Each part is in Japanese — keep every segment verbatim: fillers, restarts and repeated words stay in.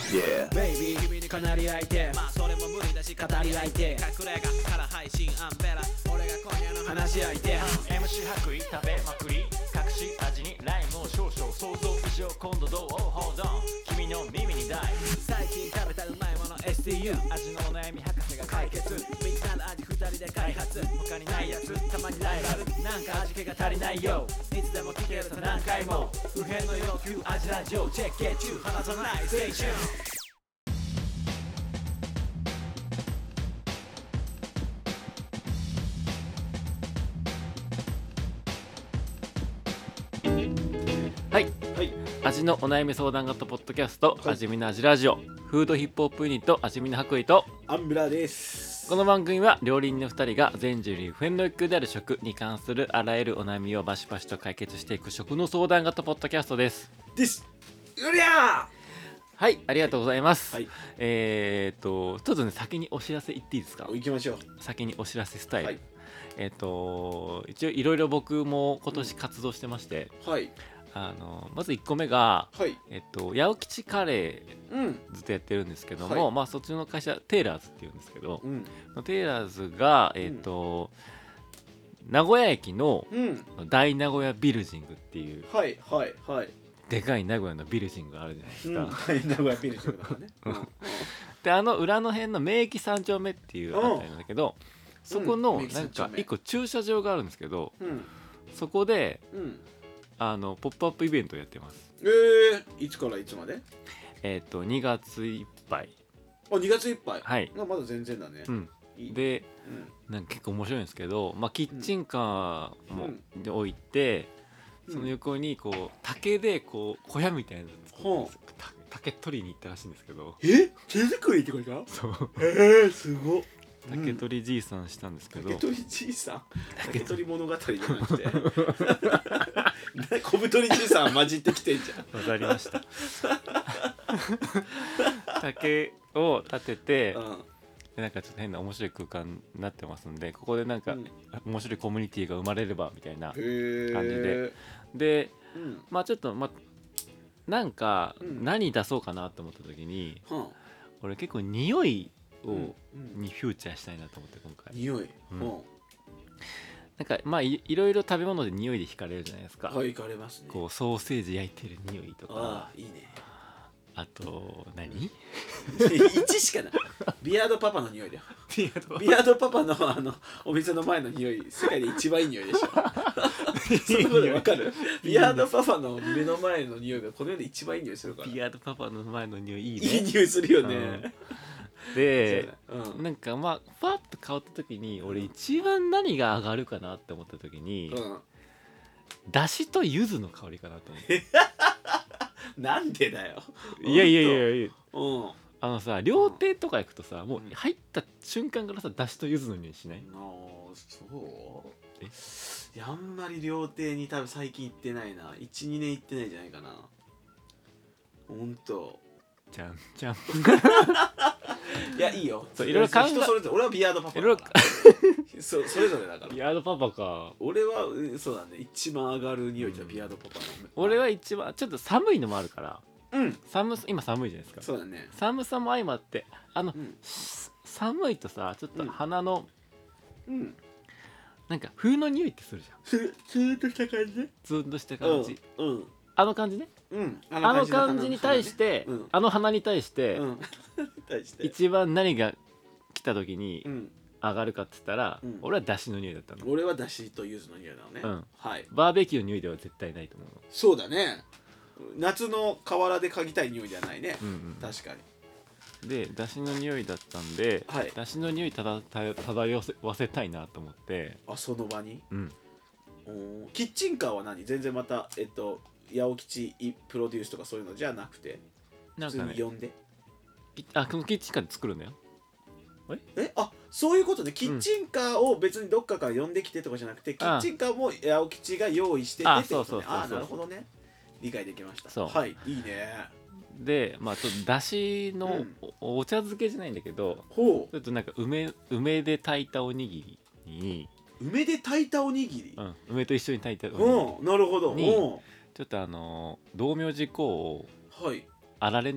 Yeah. ベイビー君にかなり相手まあそれも無理だし語り相手隠れ家から配信アンベラ俺が今夜の話し相手エムシー 白衣食べまくり隠し味にライムを少々想像以上今度どう Hold on 君の耳に大最近食べたうまいもの エスティーユー味のお悩み博士が解決みんなの味二人で開発他にないやつたまにライバルなんか味気が足りないよいつでも聞けると何回も不変の要求味ラジオチェックゲッチュー離さないステーションはい、 はい、 味のお悩み相談型ポッドキャスト、 はい、 味見の味ラジオフードヒップホップユニット味見の白衣とアンブラですこの番組は料理人のふたりが全人類普遍の欲求である食に関するあらゆるお悩みをバシバシと解決していく食の相談型ポッドキャストですですうりゃはい、ありがとうございます、 はい、 えーっとちょっとね先にお知らせ言っていいですか。 行きましょう。 先にお知らせスタイル、 はい、 えーっと一応いろいろ僕も今年活動してまして、 うん、はい、 あのまずいっこめが、 はい、 えっと八尾吉カレー、うん、ずっとやってるんですけども、はい、まあそっちの会社テイラーズっていうんですけど、うん、テイラーズがえっと、うん、名古屋駅の大名古屋ビルジングっていう、 はいはいはい、 でかい名古屋のビルジングがあるじゃないですか、 うん、名古屋ビルジングだからね、うん、 であの裏の辺の名駅三丁目っていうあたりなんだけど、そこのなんか一個駐車場があるんですけど、うん、そこで、うん、あのポップアップイベントをやってます。 えー、いつからいつまで？ えっとにがついっぱい。 あ、にがついっぱい。 はい。 まだ全然だね。 うん。いいで、うん、なんか結構面白いんですけど、まあキッチンカーもで置いて、うん、その横にこう竹でこう小屋みたいなの作ってるんですよ。竹取りに行ったらしいんですけど。 え？手作りってことか？ そう。 えー、すごっ。 竹取じいさんしたんですけど、 竹取じいさん竹取物語じゃなくて小太りじいさん混じってきてんじゃん。 わかりました竹を立てて、うん、でなんかちょっと変な面白い空間になってますんで、ここでなんか、うん、面白いコミュニティが生まれればみたいな感じでで、うん、まあちょっとまあなんか何出そうかなと思った時に、うん、俺結構匂いを、うんうん、にフューチャーしたいなと思って今回匂い、うん、 なんかまあ い, いろいろ食べ物で匂いで惹かれるじゃないですか。 はい、惹かれますね。 こうソーセージ焼いてる匂いとか、 あいいね。 あと何いちしかない。ビアードパパの匂いだよ。ビアードパパのあのお店の前の匂い世界で一番いい匂いでしょ。そのことわかる？ビアードパパの目の前の匂いがこの世で一番いい匂いするから。 ビアードパパの前の匂いいいね。 いい匂いするよね。うんで、うん、なんかまあパッと変わった時に俺一番何が上がるかなって思った時に、うん、だしと柚子の香りかなと思ってなんでだよ。 いやいやいやいや、うん、あのさ料亭とか行くとさ、もう入った瞬間からさだしと柚子の匂いしない？ ああそうえいやあんまり料亭に多分最近行ってないな。 いちにねん行ってないんじゃないかな。ほんとじゃんじゃんいやいいよ。 そういろいろ考え人それぞれ。俺はビアードパパだから。そ, それぞれだから。 ビアードパパか。 俺はそうだね。一番上がる匂いじゃビアードパパの。 俺は一番ちょっと寒いのもあるから。 うん。 寒今寒いじゃないですか。 そうだね。 寒さも相まってあの、うん、寒いとさちょっと鼻の、うん、なんか冬の匂いってするじゃん。 ツーンとした感じ。 ツーンとした感じ。 うん。うんあの感じね、うん、あの感じに対して、うん、あの鼻に対して、うん、一番何が来た時に上がるかって言ったら、うん、俺はだしの匂いだったの。 俺はだしと柚子の匂いだね、うんはい、バーベキューの匂いでは絶対ないと思うの。 そうだね。夏の河原で嗅ぎたい匂いではないね、うんうん、確かに。でだしの匂いだったんで、はい、だしの匂いただ漂わせたいなと思って。 あその場に、うん、おキッチンカーは何？全然またえっと八尾吉プロデュースとかそういうのじゃなくて、なんかね、普通に呼んで、 あこのキッチンカーで作るんだよ。 ええあそういうことね。キッチンカーを別にどっかから呼んできてとかじゃなくて、うん、キッチンカーも八尾吉が用意しててってことね。ああなるほどね。理解できました。そうはいいいね。 でまあちょっとだしのお茶漬けじゃないんだけど、うん、ちょっとなんか梅梅で炊いたおにぎりに梅で炊いたおにぎり、 うん、梅と一緒に炊いたおにぎり、うん、なるほど。 にちょっとあの道明寺粉を、はい、あられね、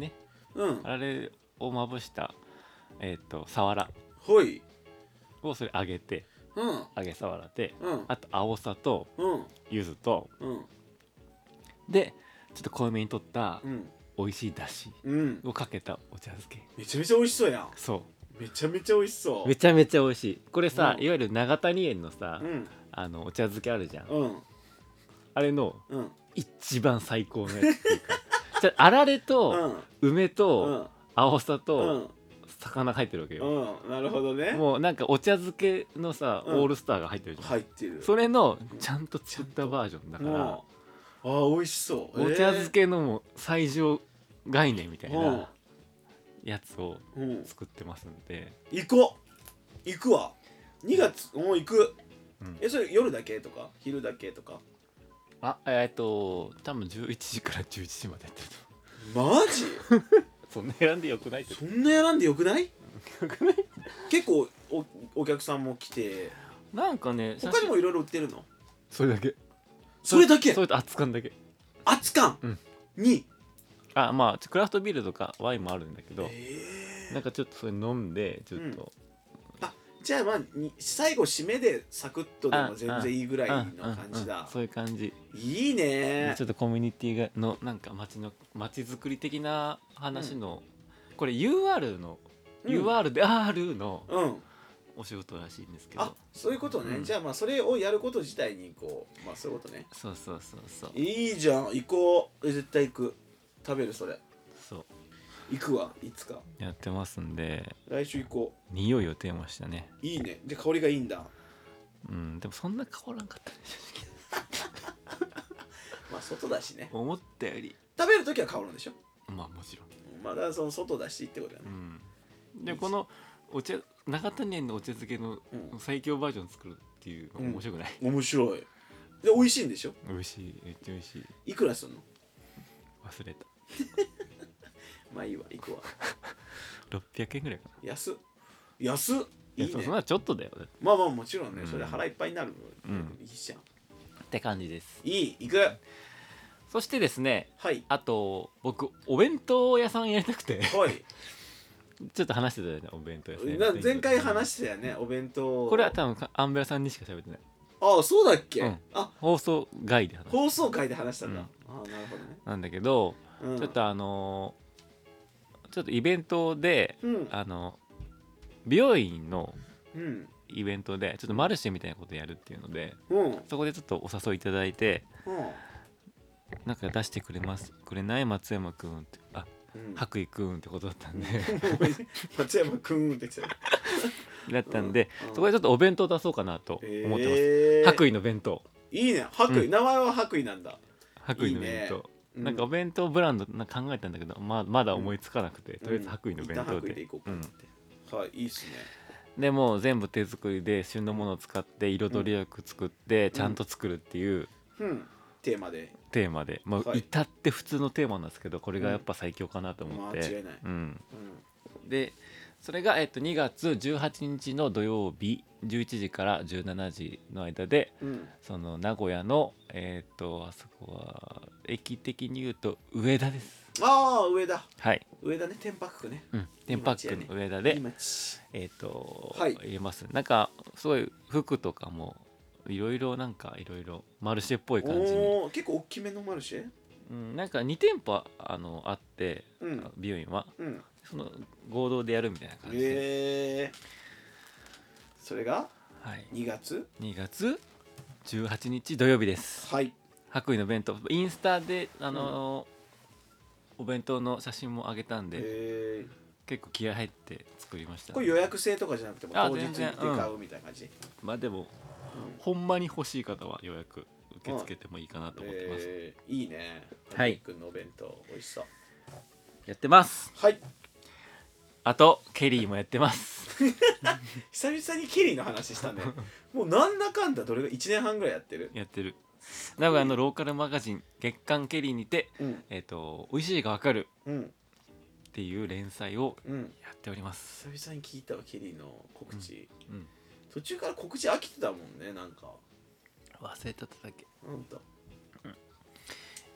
うん、 あれをまぶしたえっ、ー、とサワラほいをそれ揚げて、 うん、 揚げサワラで、 うん、 あと青さと柚子と、 うん、 でちょっと濃いめに取ったうん美味しいだしをかけたお茶漬け、 めちゃめちゃ美味しそうやん。 そうめちゃめちゃ美味しそう。 めちゃめちゃ美味しい。これさ、 うんいわゆる長谷園のさ、 うん、 あのお茶漬けあるじゃん、 うん、 あれのうん、 一番最高のやつっていうかじゃああられと梅うとん、 青さうとん、 魚入ってるわけよ、 うん、なるほどね。 もうなんかお茶漬けのさ、 うんオールスターが入ってるじゃん、 入ってる。 それのちゃんと作ったバージョンだから、 ああ、美味しそう。 お茶漬けのもう最上概念みたいなやつをうん、 作ってますんで、 行こう。行くわ。にがつ、もう行く。 うん、 え、それ夜だけとか昼だけとか。 あ、えっと多分じゅういちじからじゅういちじまでやってると。 マジそんな選んでよくないって。 そんな選んでよくない？ よくない？ 結構 お, お客さんも来て、 なんかね、 他にもいろいろ売ってるの？ それだけ。 それだけ？ それと熱燗だけ。 熱燗、うん、にあ、まあクラフトビールとかワインもあるんだけど、 えー、 なんかちょっとそれ飲んでちょっと、 うん、あ、じゃあまあに最後締めでサクッとでも全然いいぐらいの感じだ。 そういう感じ。 いいね。 ちょっとコミュニティがのなんか街の街づくり的な話の、うん、これ ユーアール の、うん、ユーアール で R の、うんお仕事らしいんですけど。 あ、そういうことね、うん、じゃあまあそれをやること自体にこう、まあそういうことね。 そうそうそうそう。 いいじゃん、行こう。え、絶対行く。食べるそれ。 そう行くわ、いつかやってますんで、 来週行こう。匂いをテーマしたね。 いいね。で香りがいいんだ。 うん、でもそんな変わらんかったね正直まあ外だしね。 思ったより食べるときは香るんでしょ。 まあもちろん。 まあだからその外だしってことだね。 うん、でこのお茶長谷園のお茶漬けの最強バージョン作るっていうの面白くない？ うん、面白い。で美味しいんでしょ？ 美味しい、めっちゃ美味しい。 いくらすんの？ 忘れた。 まあいいわ、行くわ。 ろっぴゃくえんぐらいかな。 安っ安っいいね。 そんなちょっとだよ。 まあまあもちろんね、うん、それ腹いっぱいになる、 うん、 いいじゃんって感じです。 いい、行く。 そしてですね、 はい、 あと僕お弁当屋さんやりたくて、 はい、 ちょっと話してたよね、お弁当屋さん。前回話してたよね、お弁当。 これは多分アンベラさんにしか喋ってない。 ああ、そうだっけ、うん、 あ、放送外で話した。 放送外で話したんだ、うん、ああ、なるほどね。 なんだけど、うん、ちょっとあのー、ちょっとイベントで、うん、あの美容院のイベントでちょっとマルシェみたいなことやるっていうので、うん、そこでちょっとお誘いいただいて、うん、なんか出してくれますくれない松山くんって、あ、うん、白衣くんってことだったんで松山くんって来ただったんで、うんうん、そこでちょっとお弁当出そうかなと思ってます、えー、白衣の弁当。 いいね、白衣、うん、名前は白衣なんだ。 白衣の弁当いい、ね、なんかお弁当ブランドなんか考えたんだけど、ま, まだ思いつかなくて、うん、とりあえず白衣の弁当で、 うん、はい、いいっすね。 でもう全部手作りで旬のものを使って彩りよく作ってちゃんと作るっていう、 うんうん、テーマでテーマで、まあはい、至って普通のテーマなんですけど、これがやっぱ最強かなと思って、 うん、間違いない、 うんうん、でそれが、えっと、にがつじゅうはちにちの土曜日じゅういちじからじゅうしちじの間で、うん、その名古屋のえっとあそこは駅的に言うと上田です。 ああ、上田。 はい。 上田ね、天白区ね。 うん、天白区の上田で、ね、えっ、ー、と、はい、言えます。なんかすごい服とかもいろいろなんかいろいろマルシェっぽい感じに。 結構大きめのマルシェ？ うん、なんかにてんぽあのあって、うん、美容院は、うん、その合同でやるみたいな感じで。 えー、それが、はい、にがつにがつじゅうはちにち土曜日です。 はい。 白衣の弁当、インスタであのーうんお弁当の写真もあげたんで、結構気合入って作りました。 これ予約制とかじゃなくても当日行って買うみたいな感じ、うん、 まあでも、うん、ほんまに欲しい方は予約受け付けてもいいかなと思ってます、うんえー、いいね。 はい、 君のお弁当美味しそうやってます。 はい。あとケリーもやってます久々にケリーの話したねもうなんだかんだどれがいちねんはんぐらいやってるやってる名古屋のローカルマガジン月刊ケリーにて、うんえー、と美味しいがわかるっていう連載をやっております、 うん、久々に聞いたわケリーの告知、うんうん、途中から告知飽きてたもんね。なんか忘れてただけ。 ほんと、 うん、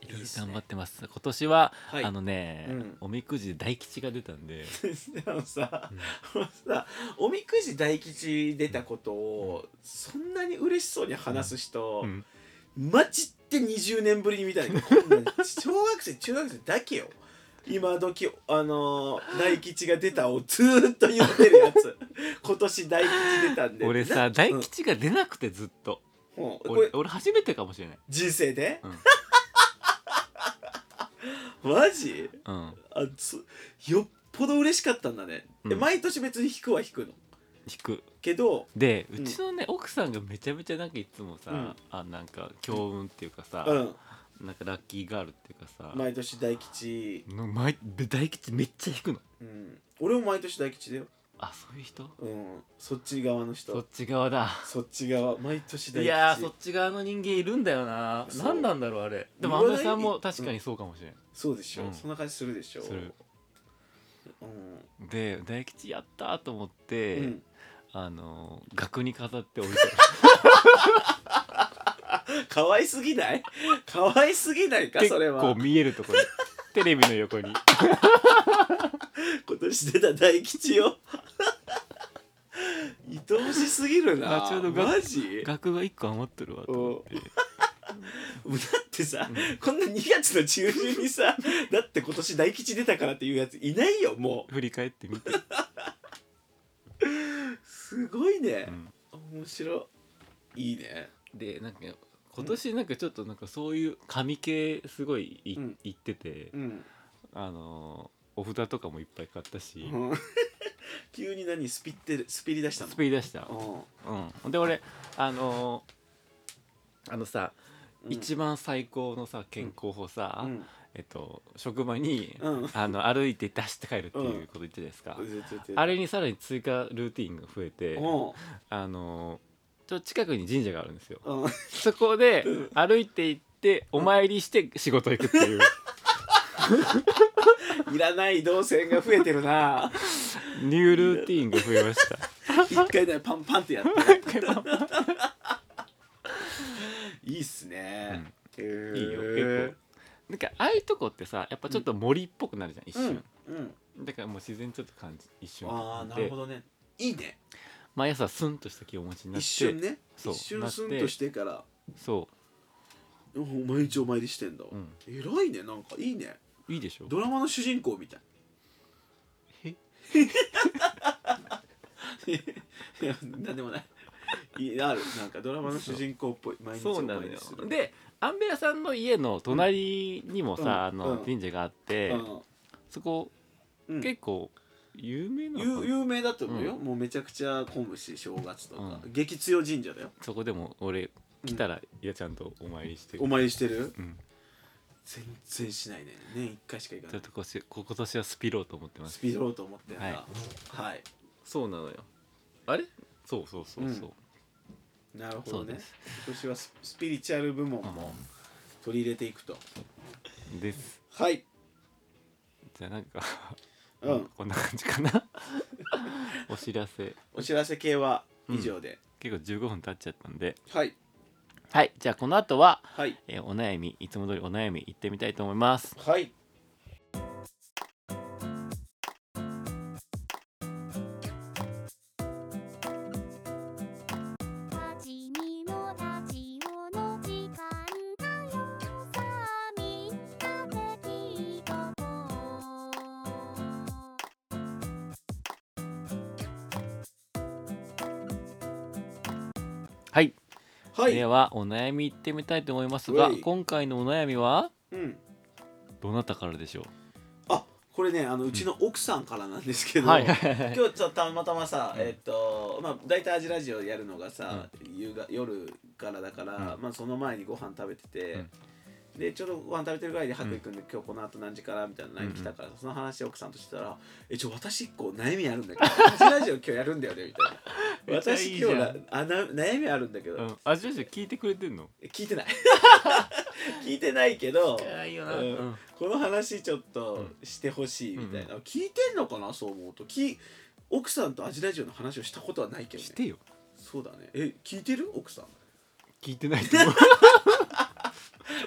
いろいろ頑張ってます。今年は、 はい、 あのね、うん、おみくじで大吉が出たんででもさ、うん、さおみくじ大吉出たことをそんなに嬉しそうに話す人、うんうん、マジってにじゅうねんぶりに見たいけどこんな小学生中学生だけよ今時あのー、大吉が出たをずーっと言ってるやつ今年大吉出たんで俺さ大吉が出なくてずっと、うん、俺, 俺初めてかもしれない人生で、うん、マジ、うん、あつよっぽど嬉しかったんだね、うん、毎年別に引くは引くの引くけどでうちのね、うん、奥さんがめちゃめちゃなんかいつもさ、うん、あなんか強運っていうかさ、うんなんかラッキーガールっていうかさ毎年大吉の毎大吉めっちゃ引くの、 うん、俺も毎年大吉だよあそういう人うんそっち側の人そっち側だそっち側毎年大吉いやそっち側の人間いるんだよな何なんだろうあれでも安部さんも確かにそうかもしれん、うん、 そうでしょ、うん、そんな感じするでしょする、 うん、で大吉やったと思って、うん、あの額に飾って置いてる可愛すぎない可愛すぎないかそれは結構見えるところテレビの横に今年出た大吉よ愛おしすぎるな。ちょうどマジ額がいっこ余ってるわと思ってだってさ、うん、こんなにがつの中旬にさだって今年大吉出たからっていうやついないよもう振り返ってみてすごいね、うん、面白いいいねでなんか今年なんかちょっとなんかそういう神系すごいい、うん、言ってて、うん、あのお札とかもいっぱい買ったし、うん、 急に何スピってるスピり出したのスピり出した、うん、で俺あのあのさ、うん、一番最高のさ健康法さ、うん、えっと職場に、うん、あの歩いて出して帰るっていうこと言ってたじゃないですか、うん、あれにさらに追加ルーティンが増えて、あのちょっと近くに神社があるんですよ、うん、そこで歩いて行ってお参りして仕事行くっていういらない動線が増えてるなニュールーティーンが増えました一回ねパンパンってやっていいっすね、 うん、いいよ結構なんかああいうとこってさやっぱちょっと森っぽくなるじゃん、うん、一瞬、うんうん、だからもう自然ちょっと感じ一瞬ああなるほどねいいね毎朝スンとした気持ちになって一瞬ね一瞬スンとしてからそう毎日お参りしてんだ、うん、偉いねなんかいいねいいでしょドラマの主人公みたいえいやなんでもないいあるなんかドラマの主人公っぽい毎日お参りするでアンベラさんの家の隣にもさ、うん、あの、うん、神社があって、うん、そこ、うん、結構有名なの有名だと思うよ、うん、もうめちゃくちゃ混むし正月とか、うん、激強神社だよそこでも俺来たら、うん、いやちゃんとお参りしてるお参りしてる、うん、全然しないね年いっかいしか行かないちょっと今年はスピろうと思ってますスピろうと思ってんだはい、はい、 そうなのよあれそうそうそうそう、 うん、なるほどね今年は ス, スピリチュアル部門も取り入れていくとですはいじゃあなんかうん、こんな感じかなお知らせお知らせ系は以上で、うん、 結構じゅうごふん経っちゃったんではいはいじゃあこの後は、はいえー、お悩みいつも通りお悩みいってみたいと思いますはいはい、はい、ではお悩みいってみたいと思いますが今回のお悩みは、うん、どなたからでしょうあこれねあのうちの奥さんからなんですけど、うんはい、今日ちょっとたまたまさ、うん、えっとまあ大体アジラジオやるのがさ、うん、夕が夜からだから、うんまあ、その前にご飯食べてて、うんでちょうどご飯食べてるぐらいで白衣くんで、うん、今日この後何時からみたいな ライン 来たから、うん、その話奥さんとしてたら「えちょ私一個悩みあるんだけどアジラジオ今日やるんだよね」みたいな私今日なあな悩みあるんだけど、うん、 アジラジオ聞いてくれてんの聞いてない聞いてないけどいいよな、 うんうん、この話ちょっとしてほしいみたいな、うん、聞いてんのかなそう思うとき奥さんとアジラジオの話をしたことはないけどねしてよそうだねえ聞いてる奥さん聞いてないと思う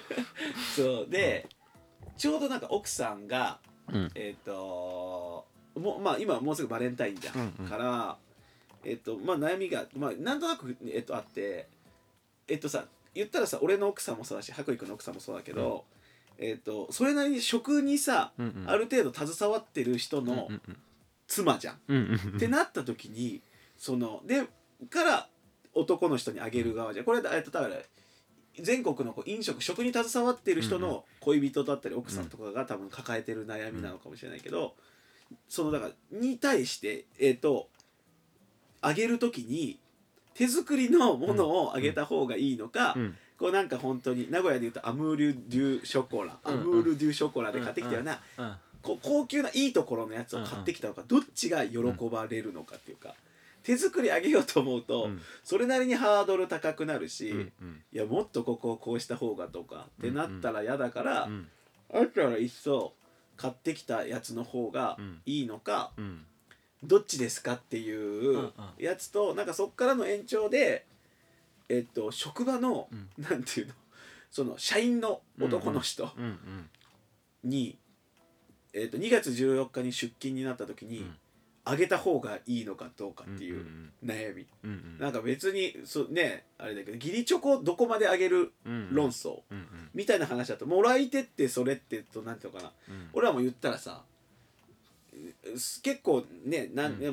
そうでちょうどなんか奥さんが、 うん、 えっ、ー、ともうまあ今もうすぐバレンタインじゃん、うんうん、からえっ、ー、とまあ悩みがまあなんとなくえっ、ー、とあってえっ、とさ言ったらさ俺の奥さんもそうだし白衣くんの奥さんもそうだけど、うん、えっ、とそれなりに食にさ、うんうん、ある程度携わってる人の妻じゃん、うんうんうん、ってなった時にそのでから男の人にあげる側じゃんこれえっとだから全国のこう飲食食に携わっている人の恋人だったり奥さんとかが多分抱えてる悩みなのかもしれないけど、そのだからに対してえっとあげる時に手作りのものをあげた方がいいのか、うん、こうなんか本当に名古屋でいうとアムール・デュ・ショコラ、うん、アムール・デュ・ショコラで買ってきたような、うんうん、こう高級ないいところのやつを買ってきたのか、どっちが喜ばれるのかっていうか。手作りあげようと思うと、うん、それなりにハードル高くなるし、うんうん、いやもっとここをこうした方がとかってなったら嫌だから、うんうん、あったらいっそ買ってきたやつの方がいいのか、うん、どっちですかっていうやつと、なんかそっからの延長でえっと職場の、うん、なんていうのその社員の男の人に、えっとにがつじゅうよっかに出勤になった時に、うんあげた方がいいのかどうかっていう悩み、うんうん、なんか別にそねあれだけど義理チョコどこまであげる論争みたいな話だともらい手ってそれってとなんていうのかな、うん、俺らも言ったらさ結構ねなん、うん、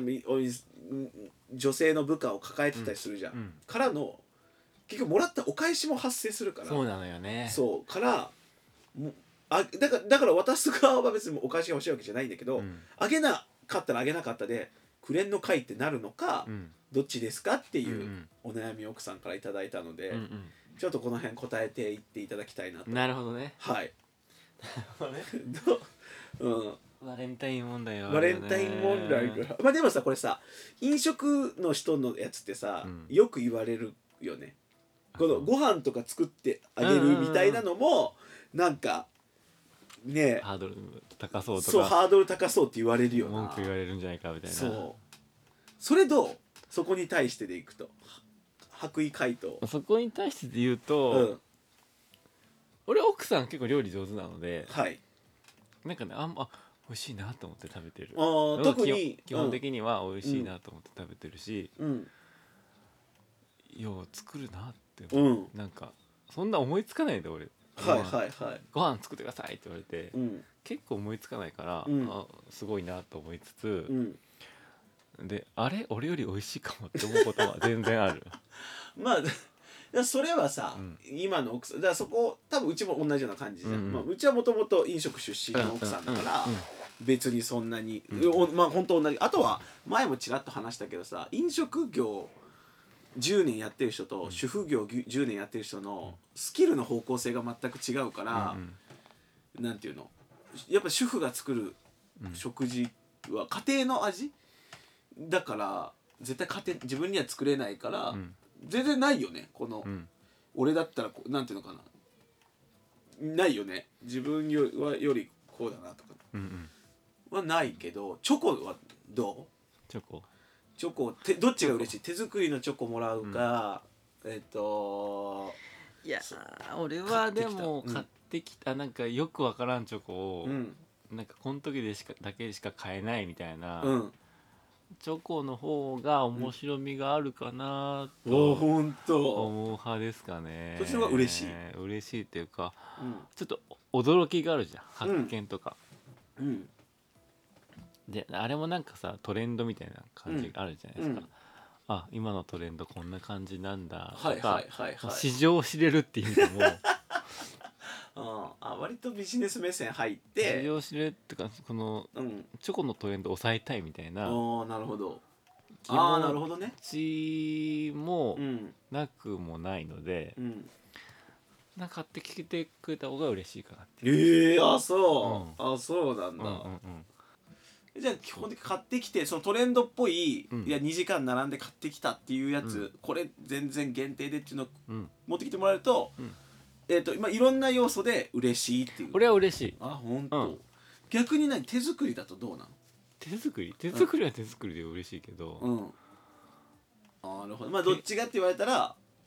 女性の部下を抱えてたりするじゃん、うんうん、からの結局もらったお返しも発生するからそうなのよねそうからもあだからだから渡す側は別にお返しが欲しいわけじゃないんだけど、うん、あげなかったらあげなかったでくれんの会ってなるのか、うん、どっちですかっていうお悩みを奥さんからいただいたので、うんうん、ちょっとこの辺答えていっていただきたいなと。 なるほどねはいなるほどねどう、 うん、バレンタイン問題はバレンタイン問題まあでもさこれさ飲食の人のやつってさ、うん、よく言われるよねこのご飯とか作ってあげるみたいなのもなんかねハードル高そうとかそうハードル高そうって言われるよな文句言われるんじゃないかみたいなそうそれどうそこに対してでいくと白衣回答そこに対してで言うと、うん、俺奥さん結構料理上手なので、はい、なんかねあんま美味しいなと思って食べてるあ特に基本的には美味しいなと思って食べてるし、うん、よう作るなって、うん、なんかそんな思いつかないんだ俺はいはいはい、 ご飯作ってくださいって言われて、うん、結構思いつかないから、うん、あすごいなと思いつつ、うん、であれ俺より美味しいかもって思うことは全然あるまあそれはさ、うん、今の奥さんだからそこ多分うちも同じような感じじゃん、うんうんまあ、うちはもともと飲食出身の奥さんだから、うんうんうん、別にそんなに、うん、まあ本当同じあとは前もちらっと話したけどさ飲食業じゅうねんやってる人と主婦業じゅうねんやってる人のスキルの方向性が全く違うから、うん、なんていうのやっぱ主婦が作る食事は家庭の味だから絶対家庭自分には作れないから、うん、全然ないよねこの、うん、俺だったらこうなんていうのかなないよね自分よりはよりこうだなとか、うんうん、はないけどチョコはどうチョコチョコてどっちが嬉しい手作りのチョコもらうか、うん、えっ、ー、といや俺はでも買ってきた、うん、なんかよくわからんチョコを、うん、なんかこの時でしかだけしか買えないみたいな、うん、チョコの方が面白みがあるかなと思う派ですかね。 そっちの方が嬉しい嬉しいっていうか、うん、ちょっと驚きがあるじゃん発見とか、うんうんであれもなんかさトレンドみたいな感じがあるじゃないですか、うん、あ今のトレンドこんな感じなんだとか、はいはいはいはい、市場を知れるっていう意味でもあ割とビジネス目線入って市場を知れるっていうかこの、うん、チョコのトレンドを抑えたいみたいなあなるほどあなるほどね気持ちもなくもないので、うん、なんか買ってきてくれた方が嬉しいかなっていうえー、あそう、うん、あそうなんだ、うんうんうんじゃあ基本的に買ってきてそのトレンドっぽい、うん、いやにじかん並んで買ってきたっていうやつ、うん、これ全然限定でっていうのを持ってきてもらえると、うん、えっ、ー、とまあいろんな要素で嬉しいっていう。 これは嬉しい。 あ本当、うん、逆に何手作りだとどうなの？ 手作り手作りは手作りで嬉しいけど。うん。 あなるほどまあどっちがって言われたら、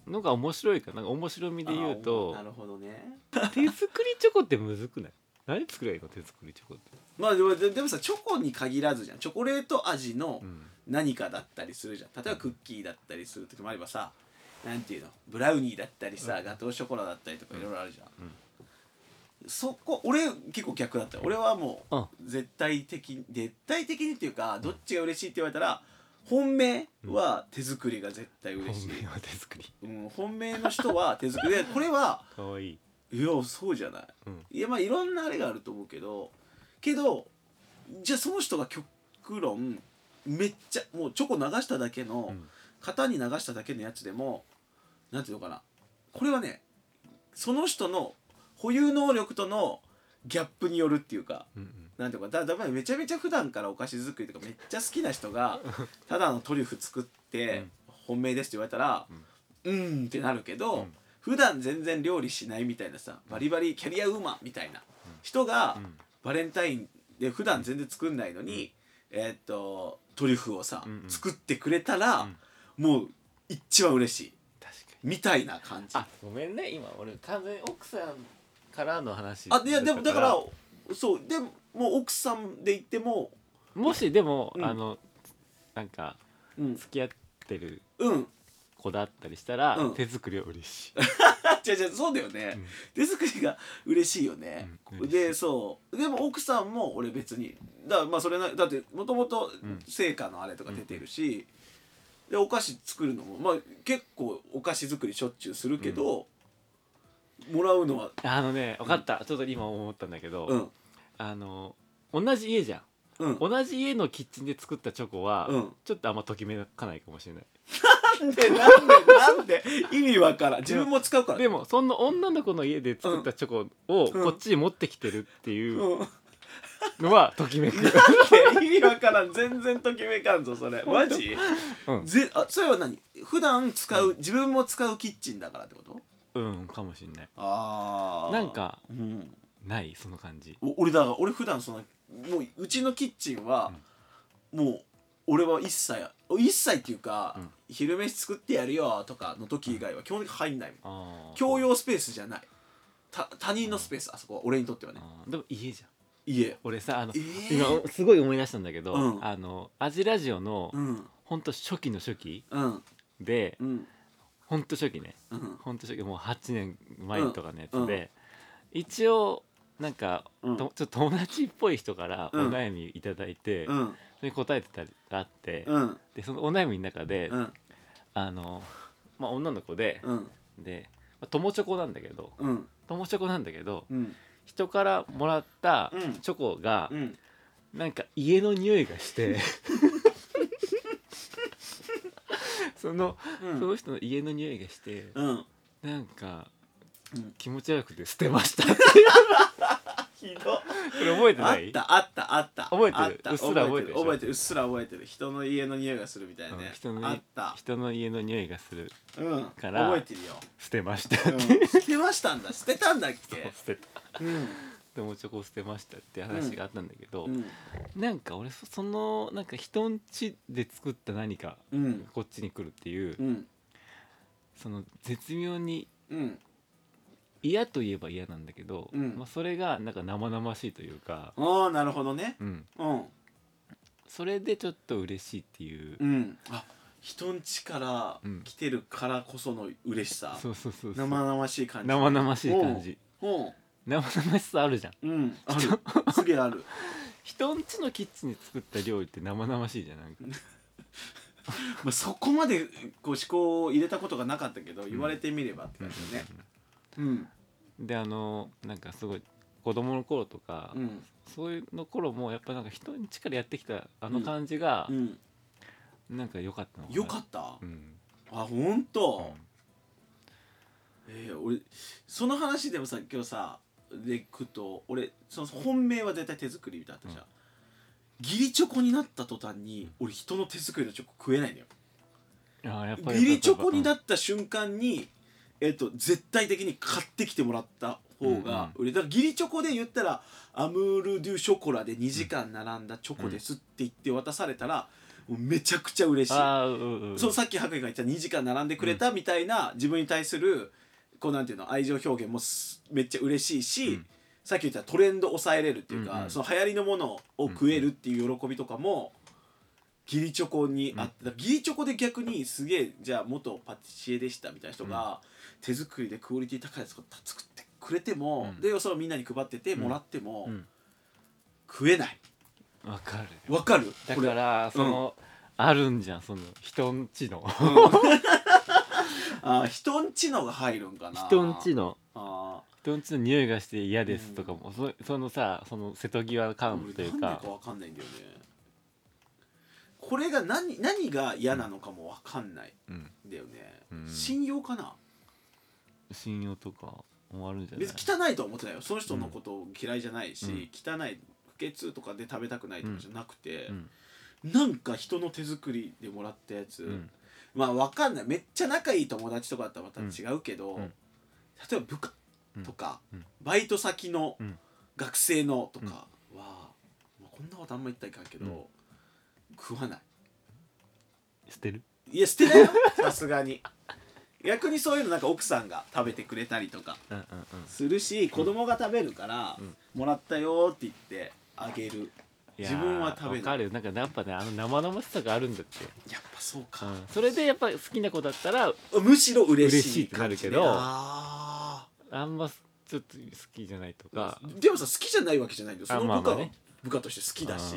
のが面白いかな。なんか面白みで言うと、 なるほどね。 手作りチョコってむずくない？何作ればいいの手作りチョコって。 まあでも、でもさチョコに限らずじゃん。チョコレート味の何かだったりするじゃん。例えばクッキーだったりする時もあればさ、なんていうのブラウニーだったりさ、うん、ガトーショコラだったりとかいろいろあるじゃん、うんうん、そこ俺結構逆だった。俺はもう絶対的絶対的にっていうかどっちが嬉しいって言われたら本命は手作りが絶対嬉しい、 うん、本命は手作り、 うん、本命の人は手作りでこれはかわいい。 いやそうじゃない、うん、いやまあいろんなあれがあると思うけどけどじゃあその人が極論めっちゃもうチョコ流しただけの、うん、型に流しただけのやつでもなんていうのかなこれはねその人の保有能力とのギャップによるっていうか、うんうん、なんていうかだだからめちゃめちゃ普段からお菓子作りとかめっちゃ好きな人がただのトリュフ作って本命ですって言われたらうん、うんってなるけど、うん、普段全然料理しないみたいなさバリバリキャリアウーマンみたいな人がバレンタインで普段全然作んないのに、えー、っとトリュフをさ、うんうん、作ってくれたら、うん、もう一番嬉しいみたいな感じ。 あごめんね今俺完全に奥さんからの話あいやでもだからそうでももう奥さんで言ってももしでも、うん、あのなんか、うん、付き合ってる子だったりしたら、うん、手作りは嬉しい。 違う違うそうだよね、うん、手作りが嬉しいよね、うん、でそうでも奥さんも俺別にだからまあそれなだってもともと成果のあれとか出てるし、うん、でお菓子作るのもまあ結構お菓子作りしょっちゅうするけど、うん、もらうのはあのね分かった、うん、ちょっと今思ったんだけど、うん、あの同じ家じゃん、うん、同じ家のキッチンで作ったチョコは、うん、ちょっとあんまときめかないかもしれない。 なんでなんでなんで意味わからん自分も使うから、 ね、でもそんな女の子の家で作ったチョコをこっちに持ってきてるっていうのはときめく。なんで意味わからん全然ときめかんぞそれマジ、うん、ぜあそれは何普段使う、うん、自分も使うキッチンだからってこと？ うんかもしんない。 あなんか、うん、ないその感じ。 俺だから俺普段そのもううちのキッチンは、うん、もう俺は一切一切っていうか、うん、昼飯作ってやるよとかの時以外は基本的に入んないもん、うん、共用スペースじゃないた他人のスペース、うん、あそこは俺にとってはね。 でも家じゃん。 家俺さあの、えー、今すごい思い出したんだけど、うん、あのアジラジオの、うん、ほんと初期の初期、うん、で、うん、ほんと初期ね、うん、ほんと初期もうはちねんまえとかのやつで、うん、一応なんか、うん、とちょっと友達っぽい人からお悩みいただいて、うん、それに答えてたりがあって、うん、でそのお悩みの中で、うん、あのまあ女の子で、うん、で友チョコなんだけど、うん、友チョコなんだけど、うん、人からもらったチョコが、うん、なんか家の匂いがしてその、うん、その人の家の匂いがして、うん、なんか、うん、気持ち悪くて捨てましたってひどこれ覚えてない？ あったあったあった覚えてる？うっすら覚えてる覚えてるうっすら覚えてる人の家の匂いがするみたいなね、うん、 人のあった人の家の匂いがするから、うん、覚えてるよ捨てましたって、うん、 捨てましたんだ捨てたんだっけ捨てた、うん、でもチョコ捨てましたって話があったんだけど、うん、なんか俺 そ, そのなんか人ん家で作った何か、うん、こっちに来るっていう、うん、その絶妙に、うん嫌といえば嫌なんだけど、うんまあ、それがなんか生々しいというかああなるほどね、 うんうん、それでちょっと嬉しいっていう、 うん、あ人ん家から来てるからこその嬉しさ、 うん、そうそうそうそう生々しい感じ生々しい感じ生々しさあるじゃん、うん、 あるすげえある人ん家のキッチンに作った料理って生々しいじゃんなんかまあそこまでこう思考を入れたことがなかったけど、うん、言われてみればって感じね、うんうん、であのなんかすごい子供の頃とか、うん、そういうの頃もやっぱなんか人に力やってきたあの感じが、うんうん、なんか良かったのかな。 良かった、うん、あ本当、うん、えー、俺その話でもさ今日さでいくと俺その本命は絶対手作りだったじゃん、うん、義理チョコになった途端に俺人の手作りのチョコ食えないのよ。あやっぱり義理チョコになった瞬間にえっと、絶対的に買ってきてもらった方が売れ、うんうん、だから義理チョコで言ったらアムール・デュ・ショコラでにじかん並んだチョコですって言って渡されたら、 もうめちゃくちゃ嬉しい。 あ、うんうん、 そのさっき白衣が言ったにじかん並んでくれたみたいな、自分に対するこうなんていうの愛情表現もめっちゃ嬉しいし、うん、さっき言ったトレンド抑えれるっていうか、うんうん、その流行りのものを食えるっていう喜びとかも義理チョコにあって、うん、義理チョコで逆にすげえじゃあ元パティシエでしたみたいな人が手作りでクオリティ高いやつを作ってくれても、うん、でそれをみんなに配っててもらっても、うん、食えない。 わかるわかる。 だからその、うん、あるんじゃんその人んちの、うん、 あ人んちのが入るんかな。 人んちのあ人んちの匂いがして嫌ですとかも、うん、そ, そのさその瀬戸際感というか何かわかんないんだよね。これが 何, 何が嫌なのかもわかんないんだよね、うん、信用かな。 信用とかもあるんじゃない。 別に汚いとは思ってないよ。その人のこと嫌いじゃないし、うん、汚い不潔とかで食べたくないとかじゃなくて、うんうん、なんか人の手作りでもらったやつ、うん、まあわかんない。めっちゃ仲いい友達とかだったらまた違うけど、うん、例えば部下とか、うん、バイト先の学生のとかは、うんまあ、こんなことあんま言ったらいかんけど、うん、食わない。 捨てる？いや捨てないよさすがに。逆にそういうのなんか奥さんが食べてくれたりとかするし、うんうんうん、子供が食べるから、うん、もらったよって言ってあげる。自分は食べない。わかる。なんかやっぱねあの生々しさがあるんだって。 やっぱそうか、うん、 それでやっぱ好きな子だったらむしろ嬉しい、 嬉しいってなるけど、ああんまちょっと好きじゃないとか。 でもさ好きじゃないわけじゃないんだよ。その部下、まあまあね、部下として好きだし、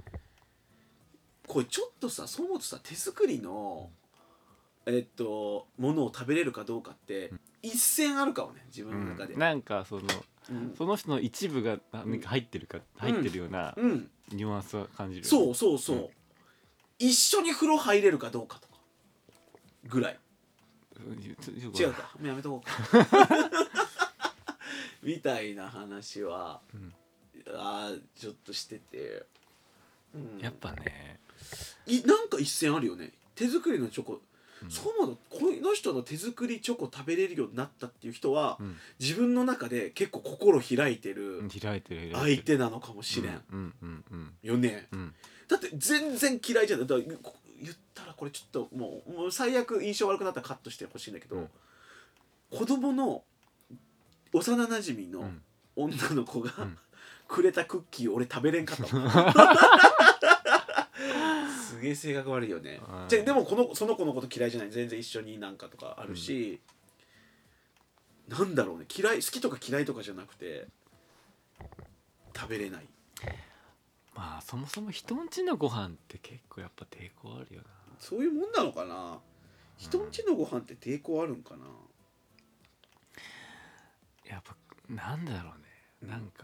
これちょっとさそう思うとさ手作りのえっとものを食べれるかどうかって一線あるかもね自分の中で、 うん、なんかその、うん、その人の一部が何か入ってるか、うん、入ってるようなニュアンスは感じるよね、 そうそうそう、うん、一緒に風呂入れるかどうかとかぐらい。違うかやめとこうかみたいな話は、うん、あちょっとしてて、 うん、やっぱねいなんか一線あるよね手作りのチョコ。そう思うのこの人の手作りチョコ食べれるようになったっていう人は、うん、自分の中で結構心開いてる相手なのかもしれんよね、うん、だって全然嫌いじゃない。だから言ったらこれちょっともう、もう最悪印象悪くなったらカットしてほしいんだけど、うん、子供の幼なじみの女の子が、うん、くれたクッキー俺食べれんかったもんすげえ性格悪いよね。じゃでもこのその子のこと嫌いじゃない。全然一緒になんかとかあるし、うん、なんだろうね嫌い好きとか嫌いとかじゃなくて食べれない。 まあそもそも人んちのご飯って結構やっぱ抵抗あるよな。 そういうもんなのかな。人んちのご飯って抵抗あるんかな、 うん、やっぱなんだろうね、なんか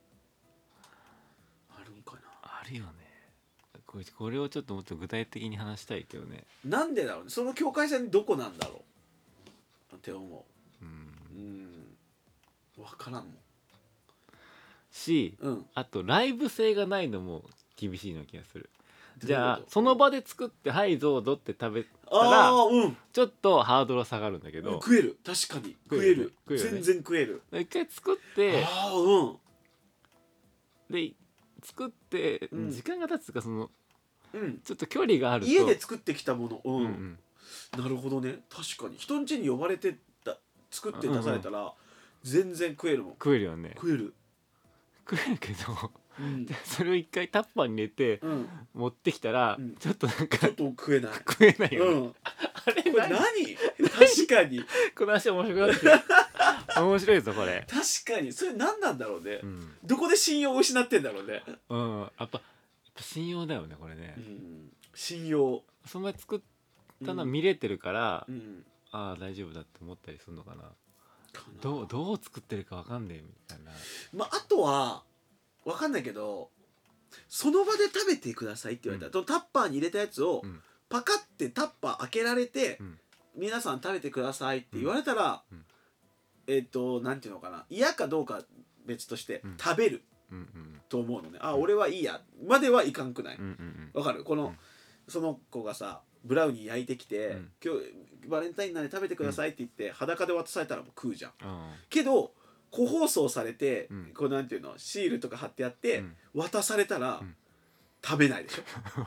あるんかな。 あるよね。これをちょっともっと具体的に話したいけどね。 なんでだろうね。その境界線どこなんだろうって思う。うん、うん、分からんもんし、うん、あとライブ性がないのも厳しいの気がする。じゃあその場で作ってはいどうぞって食べたら、うん、ちょっとハードルは下がるんだけど、 うん、食える。確かに食える、食える、ね、全然食える。 一回作ってあ、うん、 で作って時間が経つかその、うん、ちょっと距離があると家で作ってきたもの、うんうんうん、なるほどね。確かに人ん家に呼ばれてた作って出されたら、うんうん、全然食えるもん。 食えるよね。 食える食えるけど、うん、それを一回タッパーに入れて、うん、持ってきたら、うん、ちょっとなんかちょっと食えない食えないよね、うん、 あれこれ何確かにこの話面白くなってきた面白いぞこれ。 確かにそれ何なんだろうね、うん、どこで信用を失ってんだろうね。 うん、やっぱ、やっぱ信用だよねこれね、うん、 信用。 その前作ったのは見れてるから、うん、ああ大丈夫だって思ったりするのかな。どう、どう作ってるか分かんねえみたいな。 まあ、あとは分かんないけどその場で食べてくださいって言われたら、うん、タッパーに入れたやつを、うん、パカってタッパー開けられて、うん、皆さん食べてくださいって言われたら、うん、えっとなんていうのかな、嫌かどうか別として、うん、食べる、うんうん、と思うのね。あ、俺はいいやまではいかんくない。わ、うんうん、かる。この、うん、その子がさブラウニー焼いてきて、うん、今日バレンタインなんで食べてくださいって言って、うん、裸で渡されたらもう食うじゃん、うん、けど個包装されて、うん、こうなんていうのシールとか貼ってあって、うん、渡されたら、うん、 食べないでしょ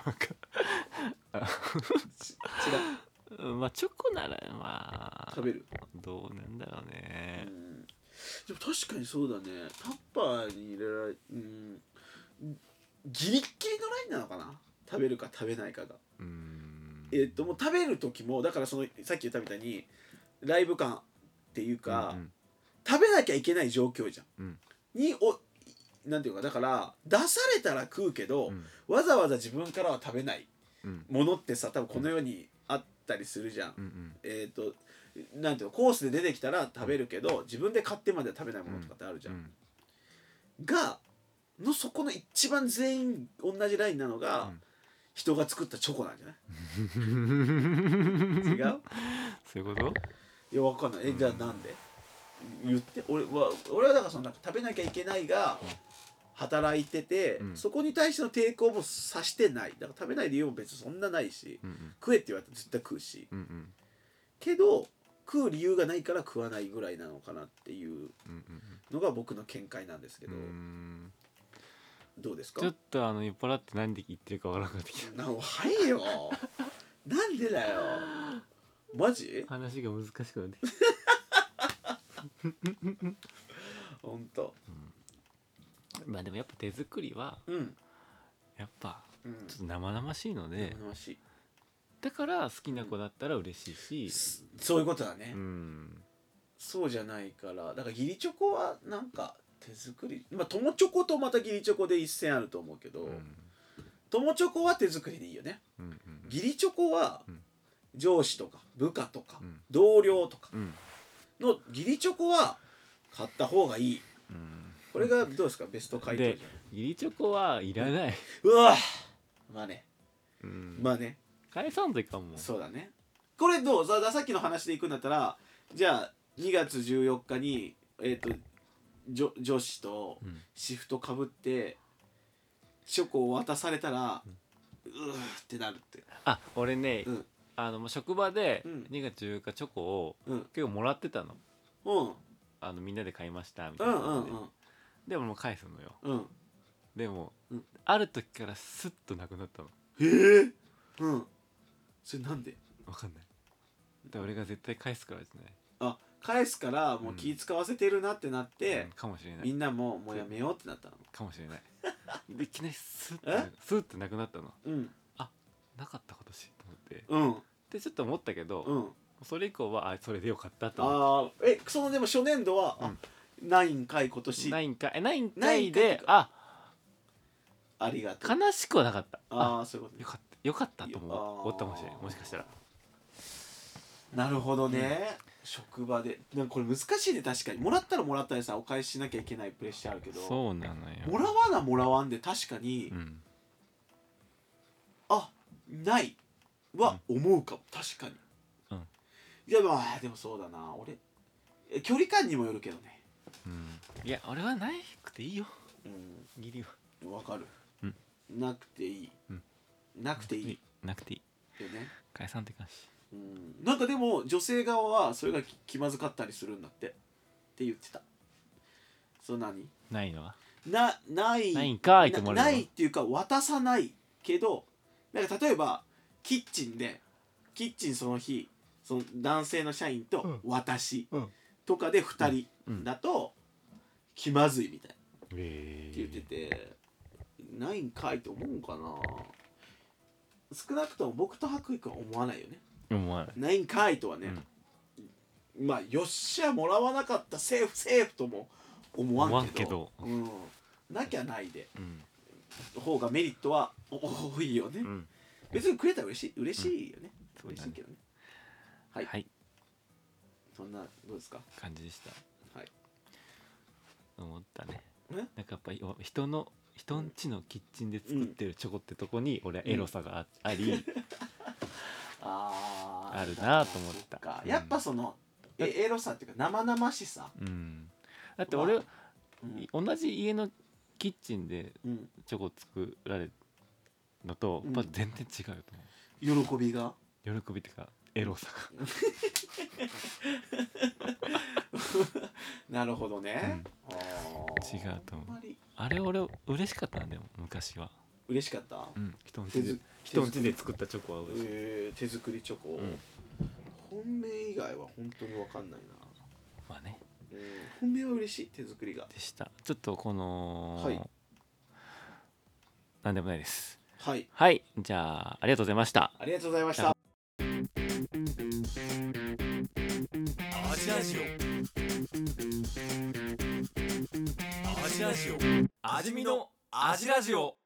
違うまあチョコならまあ食べるどうなんだろうね、 うん、でも確かにそうだねタッパーに入れられうんギリッギリのラインなのかな食べるか食べないかがうんえっともう食べる時もだからそのさっき言ったみたいにライブ感っていうか、うんうん、食べなきゃいけない状況じゃん、うん、におなんていうかだから出されたら食うけど、うん、わざわざ自分からは食べないものってさ多分この世にあったりするじゃん、うんうん、えっとなんていうのコースで出てきたら食べるけど自分で買ってまで食べないものとかってあるじゃん、うんうん、がのそこの一番全員同じラインなのが、うん、人が作ったチョコなんじゃない違うそういうこと？ いやわかんないえじゃあなんで言って俺は俺はだからそのなんか食べなきゃいけないが働いてて、うん、そこに対しての抵抗もさしてないだから食べない理由も別にそんなないし、うんうん、食えって言われたら絶対食うし、うんうん、けど食う理由がないから食わないぐらいなのかなっていうのが僕の見解なんですけど、うんうん、どうですか？ ちょっとあの酔っ払って何で言ってるかわからなくなってきた。 なおはいよなんでだよマジ？ 話が難しくなってきたほんと、 うん、まあでもやっぱ手作りは、うん、やっぱちょっと生々しいので、 生々しいだから好きな子だったら嬉しいし、 うん、そういうことだね、うん、そうじゃないからだから義理チョコはなんか手作りまあ友チョコとまた義理チョコで一線あると思うけど、うん、友チョコは手作りでいいよね、うんうん、義理チョコは上司とか部下とか、うん、同僚とかの義理チョコは買った方がいい、うん、これがどうですかベスト回答じゃん。 義理チョコはいらない、 うん、うわまあね、うん、まあね返さんといかんもん。 そうだねこれどうさっきの話でいくんだったらじゃあにがつじゅうよっかにえっ、ー、と女, 女子とシフトかぶってチョコを渡されたら、うん、うーってなるってあ俺ね、うん、あの職場でにがつじゅうよっかチョコを結構もらってたの、うん、あのみんなで買いましたみたいな感じで、うんうんうん、でももう返すのよ、うん、でも、うん、ある時からスッとなくなったの。 へえうんそれなんでわかんないで俺が絶対返すからですね。 あ返すからもう気使わせてるなってなって、 うん、かもしれないみんなももうやめようってなったのかもしれないでいきなりスッてスッてなくなったの、うん、あなかった今年と思って、うん、でちょっと思ったけど、うん、それ以降はあそれでよかったと思って。 あえそのでも初年度は、うん、ないんかい今年ないんかいないんかいであありがとう悲しくはなかった。 ああそういうこと、 ね、よかったよかったと思ったかもしれないもしかしたら。 なるほどね、うん、職場でなんかこれ難しいね確かにもらったらもらったでさお返ししなきゃいけないプレッシャーあるけどそうなのよもらわなもらわんで確かに、うん、あないは思うかも、うん、確かに、うん、いやまあでもそうだな俺距離感にもよるけどね、 うん、いや俺はないくていいよ、うん、ギリはわかる、うん、なくていい、うん、なくていいなくていいよね返さんといかんしうん、なんかでも女性側はそれが気まずかったりするんだってって言ってた。そう何ないのはなないないんかいと思うなないっていうか渡さないけどなんか例えばキッチンでキッチンその日その男性の社員と私とかでふたりだと気まずいみたいな、うんうん、って言っててないんかいと思うかな。少なくとも僕と白衣君は思わないよね。 思わないないんかいとはね、うん、まあよっしゃもらわなかったセーフセーフとも思わんけど、うん、なきゃないで、うん、方がメリットは多いよね、うん、別にくれたら嬉しい嬉しいよね、うん、嬉しいけどね。はい、はい、そんなどうですか感じでした。 はい思ったね。なんかやっぱり人の人んちのキッチンで作ってるチョコってとこに俺はエロさが あ,、あり、うん、あ, あるなと思った。 やっぱその、うん、エロさっていうか生々しさ、うん、 だって俺、うん、同じ家のキッチンでチョコ作られるのと、うん、やっぱ全然違うと思う。喜びが喜びっていうかエロさがなるほどね、 うん、違うと思う。あれ俺嬉しかったんだよ昔は。 嬉しかった、 うん、人んちで人んちで作ったチョコは嬉しい、 えー、手作りチョコ、うん、本命以外は本当に分かんないな。 まあね、 うん、本命は嬉しい、手作りがでした。ちょっとこの、 はい、 なんでもないです。 はい、 はい、じゃあありがとうございました。 ありがとうございました。 アジラジオアジラジオ味見のアジラジオ。